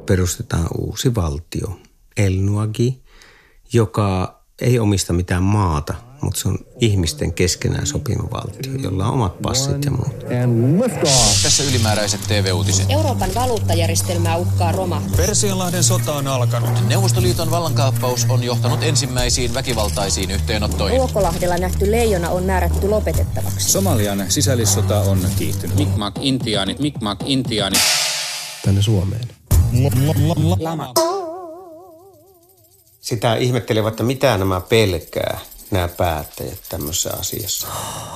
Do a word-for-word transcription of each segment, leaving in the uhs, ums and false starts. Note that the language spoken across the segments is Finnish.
perustetaan uusi valtio, El-Nuagi, joka ei omista mitään maata, mutta se on ihmisten keskenään sopima valtio, jolla on omat passit ja muut. Tässä ylimääräiset T V-uutiset. Euroopan valuuttajärjestelmää uhkaa romahtaa. Persianlahden sota on alkanut. Neuvostoliiton vallankaappaus on johtanut ensimmäisiin väkivaltaisiin yhteenottoihin. Ruokolahdella nähty leijona on määrätty lopetettavaksi. Somalian sisällissota on kiihtynyt. Mikmak-intiaanit, Mikmak-intiaanit. Tänne Suomeen. Lama. Sitä ihmettelevat, että mitä nämä pelkää, nämä päättäjät tämmöisessä asiassa.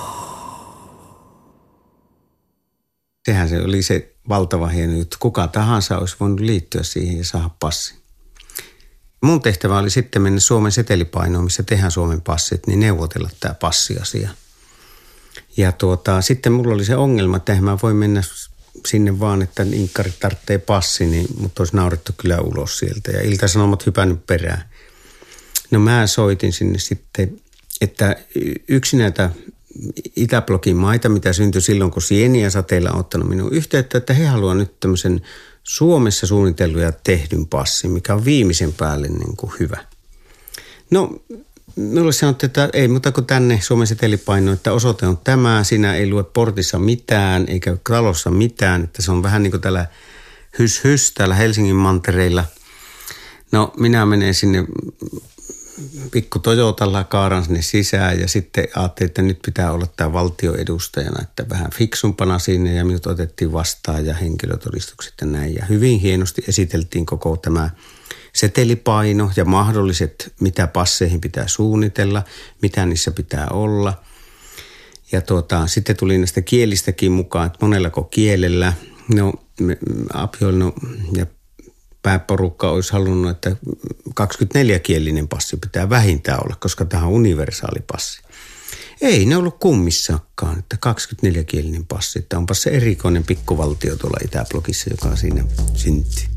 Sehän se oli se valtava hieno juttu. Kuka tahansa olisi voinut liittyä siihen ja saada passin. Mun tehtävä oli sitten mennä Suomen setelipainoon, missä tehdään Suomen passit, niin neuvotella tämä passiasia. Ja tuota, sitten mulla oli se ongelma, että eihän mä voi mennä sinne vaan, että inkkarit tarvitsee passi, niin mut olisi naurettu kyllä ulos sieltä. Ja Ilta-Sanomat hypännyt perään. No mä soitin sinne sitten, että yksi näitä Itäblokin maita, mitä syntyi silloin, kun Sieni ja Sateella on ottanut minun yhteyttä, että he haluavat nyt tämmöisen Suomessa suunnitellun ja tehdyn passin, mikä on viimeisen päälle niin kuin hyvä. No, minulle sanottiin, että ei muuta kuin tänne Suomen setelipaino, että osoite on tämä, siinä ei lue portissa mitään, eikä talossa mitään, että se on vähän niin kuin täällä hys-hys täällä Helsingin mantereilla. No, minä menen sinne pikku Toyotalla, kaaran sinne sisään ja sitten ajattelin, että nyt pitää olla tämä valtioedustajana, että vähän fiksumpana sinne ja minut otettiin vastaan ja henkilötodistukset ja näin. Ja hyvin hienosti esiteltiin koko tämä setelipaino ja mahdolliset, mitä passeihin pitää suunnitella, mitä niissä pitää olla. Ja tuota, sitten tuli näistä kielistäkin mukaan, että monellako kielellä, no Apjoilno ja pääporukka olisi halunnut, että kaksikymmentäneljäkielinen passi pitää vähintään olla, koska tämä on universaali passi. Ei ne ollut kummissakaan, että kaksikymmentäneljäkielinen passi, että onpa se erikoinen pikkuvaltio tuolla Itäblogissa, joka siinä syntyi.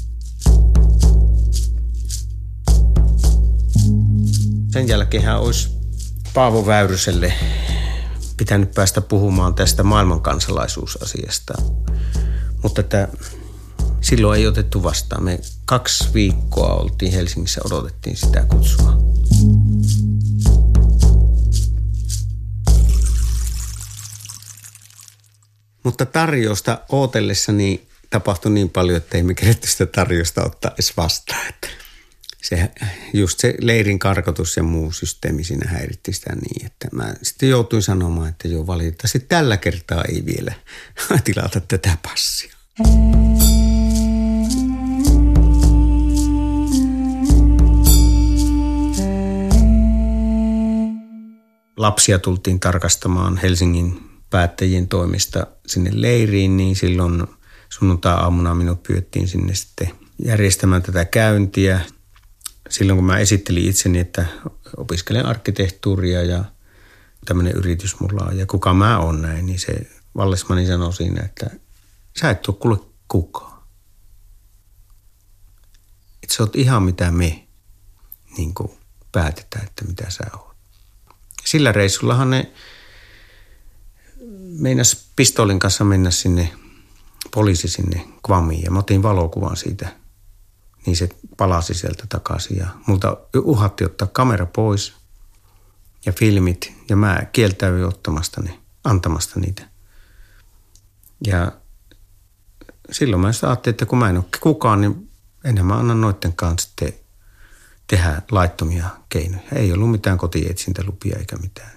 Sen jälkeenhän olisi Paavo Väyryselle pitänyt päästä puhumaan tästä maailmankansalaisuusasiasta, mutta että silloin ei otettu vastaan. Me kaksi viikkoa oltiin Helsingissä, odotettiin sitä kutsua. Mutta tarjousta ootellessani tapahtui niin paljon, että ei me keretty sitä tarjousta ottaa edes vastaan. Että se, just se leirin karkotus ja muu systeemi siinä häiritti sitä niin, että mä sitten joutuin sanomaan, että joo, valitettavasti tällä kertaa ei vielä tilata tätä passia. Lapsia tultiin tarkastamaan Helsingin päättäjien toimesta sinne leiriin, niin silloin sunnuntai-aamuna minut pyydettiin sinne sitten järjestämään tätä käyntiä. Silloin kun mä esittelin itseni, että opiskelen arkkitehtuuria ja tämmöinen yritys mulla on ja kuka mä oon näin, niin se Vallesmani sanoi siinä, että sä et ole kuule kukaan. Että sä oot ihan mitä me niin kuin päätetään, että mitä sä oot. Sillä reissullahan ne meinas pistoolin kanssa mennä sinne, poliisi sinne Kvamiin ja mä otin valokuvan siitä. Niin se palasi sieltä takaisin ja multa uhatti ottaa kamera pois ja filmit ja mä kieltäydyin ottamasta ne, antamasta niitä. Ja silloin mä ajattelin, että kun mä en ole kukaan, niin enhän mä anna noitten kanssa sitten tehdä laittomia keinoja. Ei ollut mitään kotietsintälupia eikä mitään.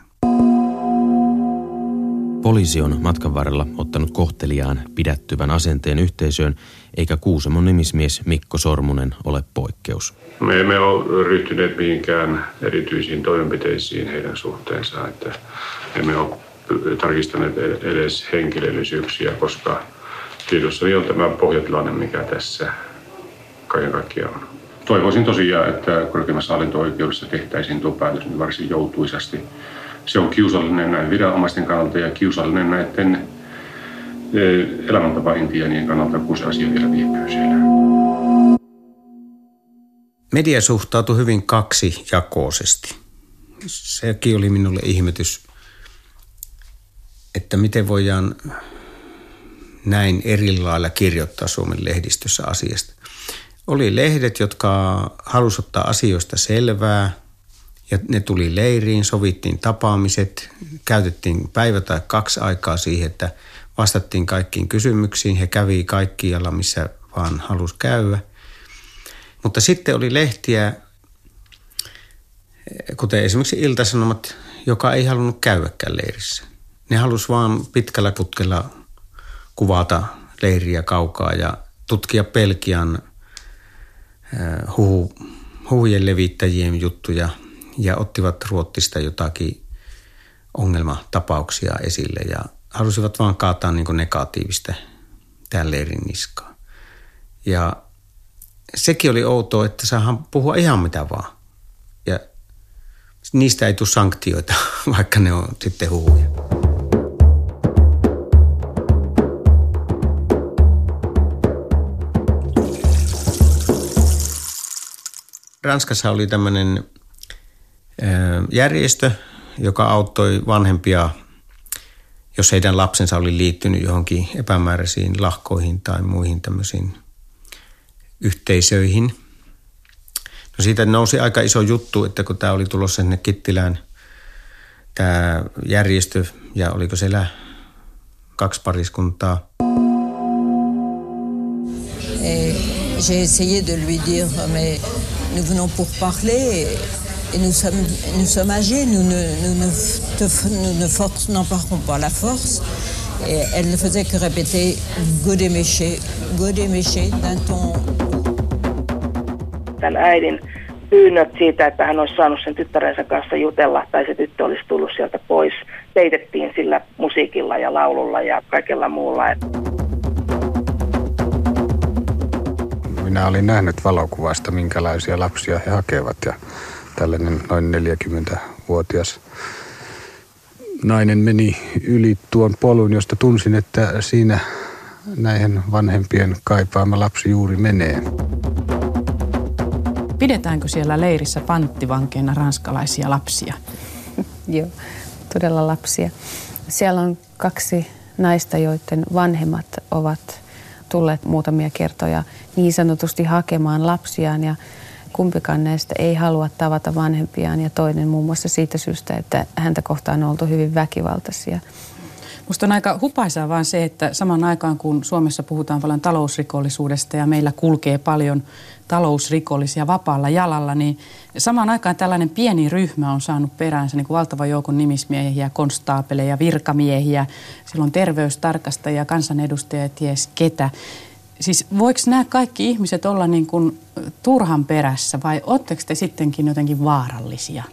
Poliisi on matkan varrella ottanut kohteliaan pidättyvän asenteen yhteisöön, eikä Kuusamon nimismies Mikko Sormunen ole poikkeus. Me emme ole ryhtyneet mihinkään erityisiin toimenpiteisiin heidän suhteensa, että emme ole tarkistaneet edes henkilöllisyyksiä, koska tiedossani on tämä pohjatilanne, mikä tässä kaiken kaikkiaan on. Toivoisin tosiaan, että korkeimmassa hallinto-oikeudessa tehtäisiin tuo päätös varsin joutuisasti. Se on kiusallinen näin viranomaisten kannalta ja kiusallinen näiden elämäntapaintianien kannalta, kun se asia vielä viipyy siellä. Media suhtautui hyvin kaksijakoisesti. Sekin oli minulle ihmetys, että miten voidaan näin eri lailla kirjoittaa Suomen lehdistössä asiasta. Oli lehdet, jotka halusivat ottaa asioista selvää ja ne tuli leiriin, sovittiin tapaamiset, käytettiin päivä tai kaksi aikaa siihen, että vastattiin kaikkiin kysymyksiin. He kävi kaikkialla, missä vaan halusi käydä. Mutta sitten oli lehtiä, kuten esimerkiksi Ilta-Sanomat, joka ei halunnut käydäkään leirissä. Ne halusi vaan pitkällä putkella kuvata leiriä kaukaa ja tutkia Belgian huhu, huhujen levittäjien juttuja ja ottivat Ruotsista jotakin ongelmatapauksia esille ja halusivat vaan kaataa niin kuin negatiivista tämän leirin niskaan. Ja sekin oli outoa, että saadaan puhua ihan mitä vaan. Ja niistä ei tule sanktioita, vaikka ne on sitten huhuja. Ranskassa oli tämmöinen järjestö, joka auttoi vanhempia, jos heidän lapsensa oli liittynyt johonkin epämääräisiin lahkoihin tai muihin tämmöisiin yhteisöihin. No siitä nousi aika iso juttu, että kun tämä oli tulossa sinne Kittilään, tämä järjestö, ja oliko siellä kaksi pariskuntaa. J'ai essayé de lui dire, mais nous venons pour parler et nous sommes, nous sommes âgés, nous ne, nous ne, te, nous ne force, n'emportons pas la force. Et elle ne faisait que répéter Godéméché, Godéméché d'un ton. Tämän äidin pyynnöt siitä, että hän olisi saanut sen tyttärensä kanssa jutella tai se tyttö olisi tullut sieltä pois, peitettiin sillä musiikilla ja laululla ja kaikella muulla. Minä olin nähnyt valokuvasta, minkälaisia lapsia he hakevat ja tällainen noin neljäkymmentävuotias nainen meni yli tuon polun, josta tunsin, että siinä näihin vanhempien kaipaama lapsi juuri menee. Pidetäänkö siellä leirissä panttivankeina ranskalaisia lapsia? Joo, todella lapsia. Siellä on kaksi naista, joiden vanhemmat ovat tulleet muutamia kertoja niin sanotusti hakemaan lapsiaan ja kumpikaan näistä ei halua tavata vanhempiaan ja toinen muun muassa siitä syystä, että häntä kohtaan on oltu hyvin väkivaltaisia. Musta on aika hupaisaa vaan se, että samaan aikaan kun Suomessa puhutaan paljon talousrikollisuudesta ja meillä kulkee paljon talousrikollisia vapaalla jalalla, niin samaan aikaan tällainen pieni ryhmä on saanut peräänsä niin kuin valtavan joukon nimismiehiä, konstaapeleja, virkamiehiä, silloin terveystarkastajia, kansanedustajia ja ties ketä. Siis voiko nämä kaikki ihmiset olla niin kuin turhan perässä vai ootteko te sittenkin jotenkin vaarallisia?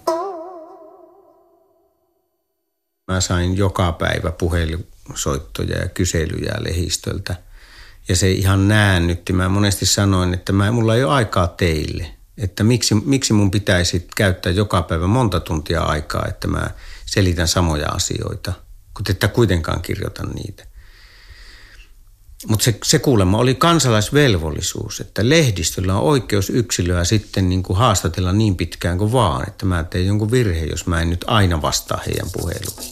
Mä sain joka päivä puhelinsoittoja ja kyselyjä lehdistöltä. Ja se ihan näännytti. Mä monesti sanoin, että mä, mulla ei ole aikaa teille. Että miksi, miksi mun pitäisi käyttää joka päivä monta tuntia aikaa, että mä selitän samoja asioita, kun että kuitenkaan kirjoitan niitä. Mutta se, se kuulemma oli kansalaisvelvollisuus, että lehdistöllä on oikeus yksilöä sitten niin kuin haastatella niin pitkään kuin vaan, että mä teen jonkun virhe, jos mä en nyt aina vastaa heidän puheluihin.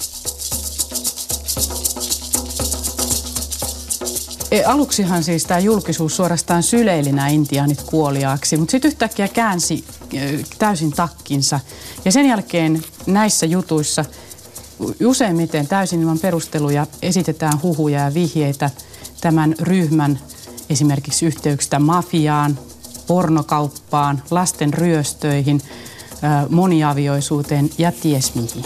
E, aluksihan siis tämä julkisuus suorastaan syleili nämä intiaanit kuoliaaksi, mutta sitten yhtäkkiä käänsi e, täysin takkinsa. Ja sen jälkeen näissä jutuissa useimmiten täysin ilman perusteluja esitetään huhuja ja vihjeitä tämän ryhmän esimerkiksi yhteyksistä mafiaan, pornokauppaan, lasten ryöstöihin, moniavioisuuteen ja ties mihin.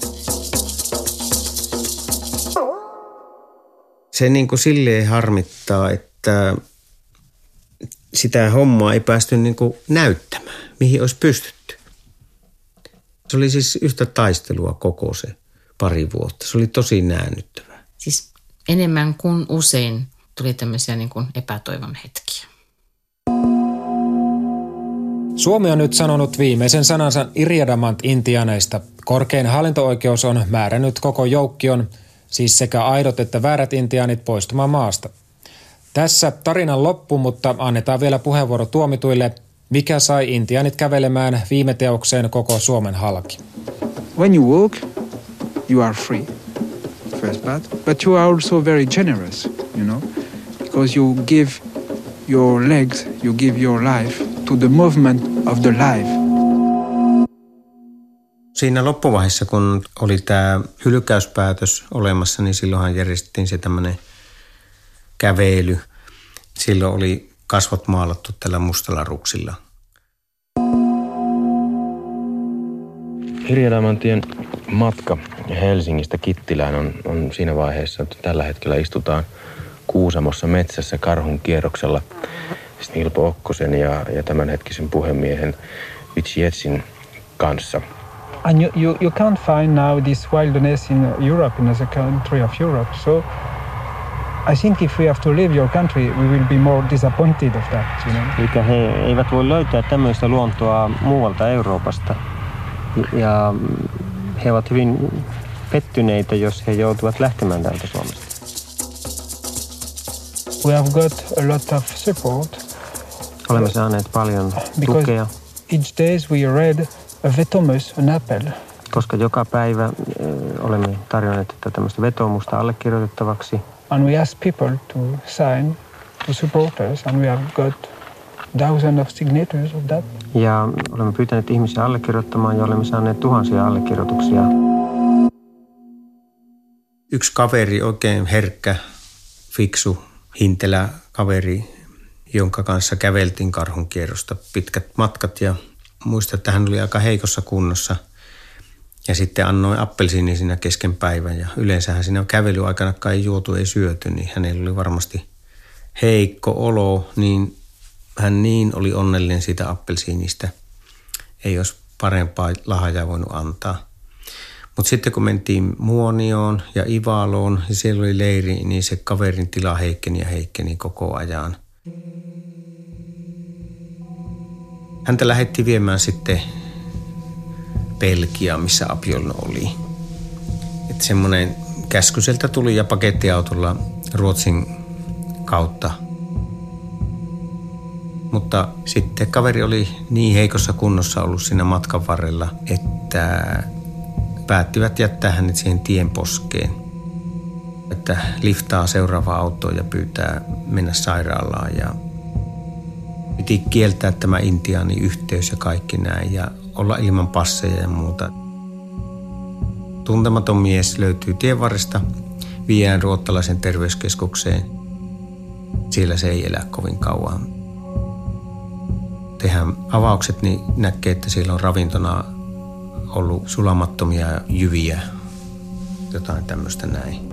Se niin kuin silleen harmittaa, että sitä hommaa ei päästy niin kuin näyttämään, mihin olisi pystytty. Se oli siis yhtä taistelua koko se pari vuotta. Se oli tosi näännyttävää. Siis enemmän kuin usein tuli tämmöisiä niin kuin epätoivon hetkiä. Suomi on nyt sanonut viimeisen sanansa Iriadamant-intiaaneista. Korkein hallinto-oikeus on määrännyt koko joukkion, siis sekä aidot että väärät intiaanit poistumaan maasta. Tässä tarinan loppu, mutta annetaan vielä puheenvuoro tuomituille, mikä sai intiaanit kävelemään viime teokseen koko Suomen halki. When you walk, you are free. First part, but you are also very generous. you know, because you give your legs, you give your life to the movement of the life. Siinä loppuvaiheessa, kun oli tämä hylkäyspäätös olemassa, niin silloinhan järjestettiin se tämmöinen kävely. Silloin oli kasvot maalattu tällä mustalla ruksilla. Irjadamantien matka Helsingistä Kittilään on, on siinä vaiheessa, että tällä hetkellä istutaan Kuusamossa metsässä karhun kierroksella Snilpo Okkosen ja, ja tämänhetkisen puhemiehen Vichietsin kanssa. And you, you, you can't find now this wilderness in Europe, in a country of Europe. So I think if we have to leave your country, we will be more disappointed of that, you know. Eli he eivät voi löytää tämmöistä luontoa muualta Euroopasta. Ja he ovat hyvin pettyneitä, jos he joutuvat lähtemään täältä Suomesta. We have got a lot of support. Olemme saaneet paljon tukea. Each day we read a vetomus, an appel. Koska joka päivä äh, olemme tarjonneet tätä tämmöistä vetoomusta allekirjoitettavaksi. And we ask people to sign, to support us, and we have got thousands of signatures of that. Ja olemme pyytäneet ihmisiä allekirjoittamaan ja olemme saaneet tuhansia allekirjoituksia. Yksi kaveri, oikein herkkä, fiksu, hintelä kaveri, jonka kanssa käveltiin karhunkierrosta pitkät matkat ja muistan, että hän oli aika heikossa kunnossa. Ja sitten annoin appelsiini siinä kesken päivän ja yleensähän siinä kävelyaikana ei juotu, ei syöty, niin hänellä oli varmasti heikko olo, niin hän niin oli onnellinen siitä appelsiinista. Ei olisi parempaa lahjaa voinut antaa. Mutta sitten kun mentiin Muonioon ja Ivaloon ja siellä oli leiri, niin se kaverin tila heikkeni ja heikkeni koko ajan. Häntä lähdettiin viemään sitten Belgiaan, missä Apiolno oli. Että semmoinen käsky sieltä tuli ja pakettiautolla Ruotsin kautta. Mutta sitten kaveri oli niin heikossa kunnossa ollut siinä matkan varrella, että päättivät jättää hänet siihen tien poskeen. Että liftaa seuraava auto ja pyytää mennä sairaalaan ja piti kieltää tämä intiaaniyhteys ja kaikki näin ja olla ilman passeja ja muuta. Tuntematon mies löytyy tienvarresta, viedään ruottalaisen terveyskeskukseen. Siellä se ei elä kovin kauan. Tehdään avaukset, niin näkee, että siellä on ravintona ollut sulamattomia jyviä, jotain tämmöistä näin.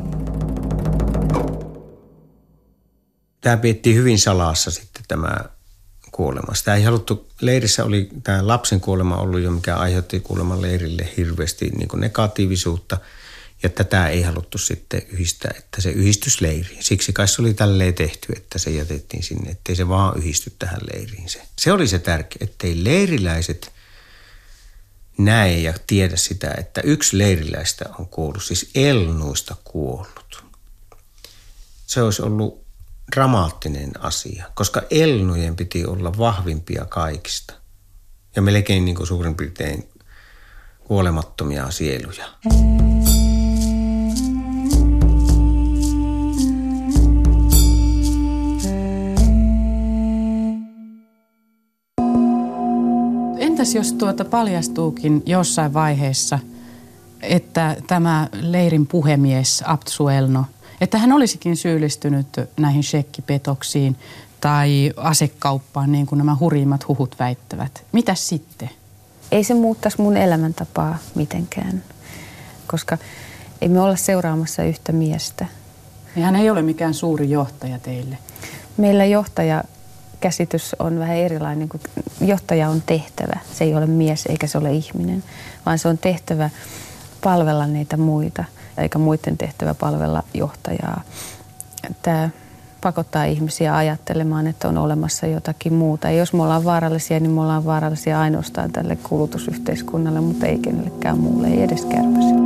Tämä pidettiin hyvin salassa sitten tämä kuolema. Sitä ei haluttu, leirissä oli tämä lapsen kuolema ollut jo, mikä aiheutti kuoleman leirille hirveästi niin kuin negatiivisuutta. Ja tätä ei haluttu sitten yhdistää, että se yhdistysleiri. Siksi kai se oli tälleen tehty, että se jätettiin sinne, ettei se vaan yhdisty tähän leiriin. Se, se oli se tärkeä, ettei leiriläiset näe ja tiedä sitä, että yksi leiriläistä on kuollut, siis Elnuista kuollut. Se olisi ollut dramaattinen asia, koska Elnujen piti olla vahvimpia kaikista. Ja melkein niin kuin suurin piirtein kuolemattomia sieluja. Entäs jos tuota paljastuukin jossain vaiheessa, että tämä leirin puhemies Abtsuelno, että hän olisikin syyllistynyt näihin shekkipetoksiin tai asekauppaan, niin kuin nämä hurjimmat huhut väittävät. Mitäs sitten? Ei se muuttaisi mun elämäntapaa mitenkään, koska ei me olla seuraamassa yhtä miestä. Ja hän ei ole mikään suuri johtaja teille. Meillä johtaja käsitys on vähän erilainen, kun johtaja on tehtävä. Se ei ole mies eikä se ole ihminen, vaan se on tehtävä palvella niitä muita, eikä muiden tehtävä palvella johtajaa. Tämä pakottaa ihmisiä ajattelemaan, että on olemassa jotakin muuta. Ja jos me ollaan vaarallisia, niin me ollaan vaarallisia ainoastaan tälle kulutusyhteiskunnalle, mutta ei kenellekään muulle, ei edes kärpäsille.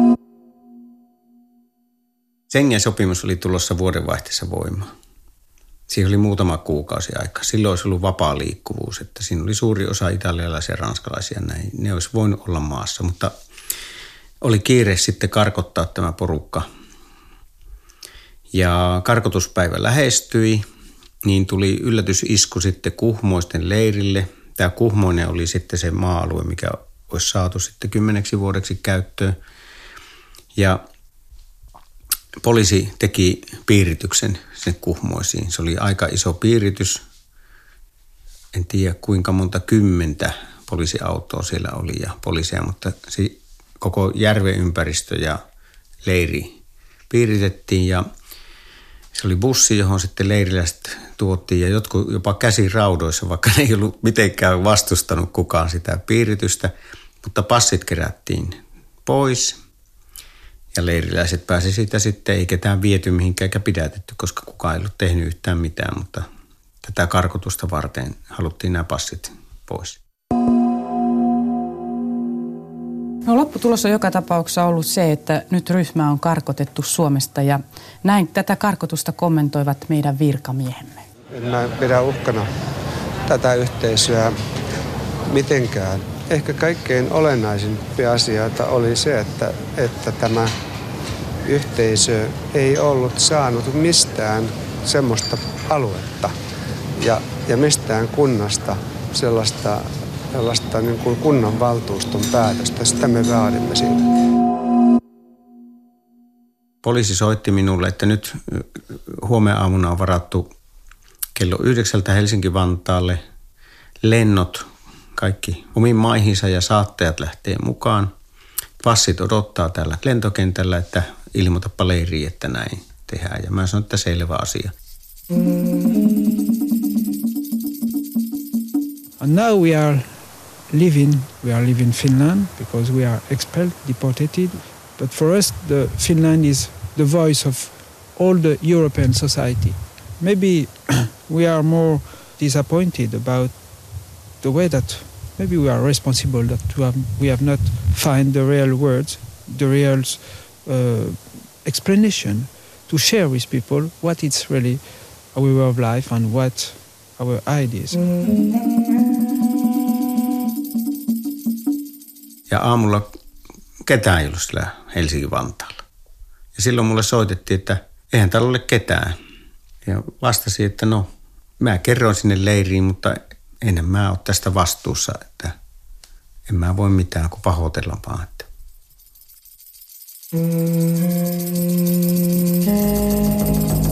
Schengen sopimus oli tulossa vuodenvaihteessa voimaan. Siinä oli muutama kuukausi aikaa. Silloin olisi ollut vapaa liikkuvuus, että siinä oli suuri osa italialaisia ja ranskalaisia näin. Ne olisi voinut olla maassa, mutta oli kiire sitten karkottaa tämä porukka. Ja karkotuspäivä lähestyi, niin tuli yllätysisku sitten Kuhmoisten leirille. Tämä Kuhmoinen oli sitten se maa-alue, mikä olisi saatu sitten kymmeneksi vuodeksi käyttöön. Ja poliisi teki piirityksen sen Kuhmoisiin. Se oli aika iso piiritys. En tiedä kuinka monta kymmentä poliisiautoa siellä oli ja poliiseja, mutta se koko järven ympäristö ja leiri piiritettiin ja se oli bussi, johon sitten leiriläiset tuotiin ja jotkut jopa käsiraudoissa, vaikka ne ei ollut mitenkään vastustanut kukaan sitä piiritystä, mutta passit kerättiin pois ja leiriläiset pääsi siitä sitten, ei ketään viety mihinkään eikä pidätetty, koska kukaan ei ollut tehnyt yhtään mitään, mutta tätä karkotusta varten haluttiin nämä passit pois. No, lopputulos on joka tapauksessa ollut se, että nyt ryhmä on karkotettu Suomesta ja näin tätä karkotusta kommentoivat meidän virkamiehemme. En mä pidä uhkana tätä yhteisöä mitenkään. Ehkä kaikkein olennaisimpia asioita oli se, että, että tämä yhteisö ei ollut saanut mistään semmoista aluetta ja, ja mistään kunnasta sellaista sellaista niin kuin kunnanvaltuuston päätöstä. Sitä me vaadimme siitä. Poliisi soitti minulle, että nyt huomenna aamuna on varattu kello yhdeksältä Helsinki-Vantaalle lennot kaikki omiin maihinsa ja saattajat lähtee mukaan. Passit odottaa täällä lentokentällä, että ilmoitapa leiriin, että näin tehdään. Ja mä sanoin, että selvä asia. And now we are living, we are living in Finland because we are expelled, deported. But for us, the Finland is the voice of all the European society. Maybe we are more disappointed about the way that maybe we are responsible that we have, we have not find the real words, the real uh, explanation to share with people what it's really our way of life and what our ideas. Ja aamulla ketään ei ollut siellä Helsinki-Vantaalla. Ja silloin mulle soitettiin, että eihän täällä ole ketään. Ja vastasin, että no, mä kerroin sinne leiriin, mutta ennen mä ole tästä vastuussa, että en mä voi mitään kuin pahoitella vaan. Että. Mm-hmm.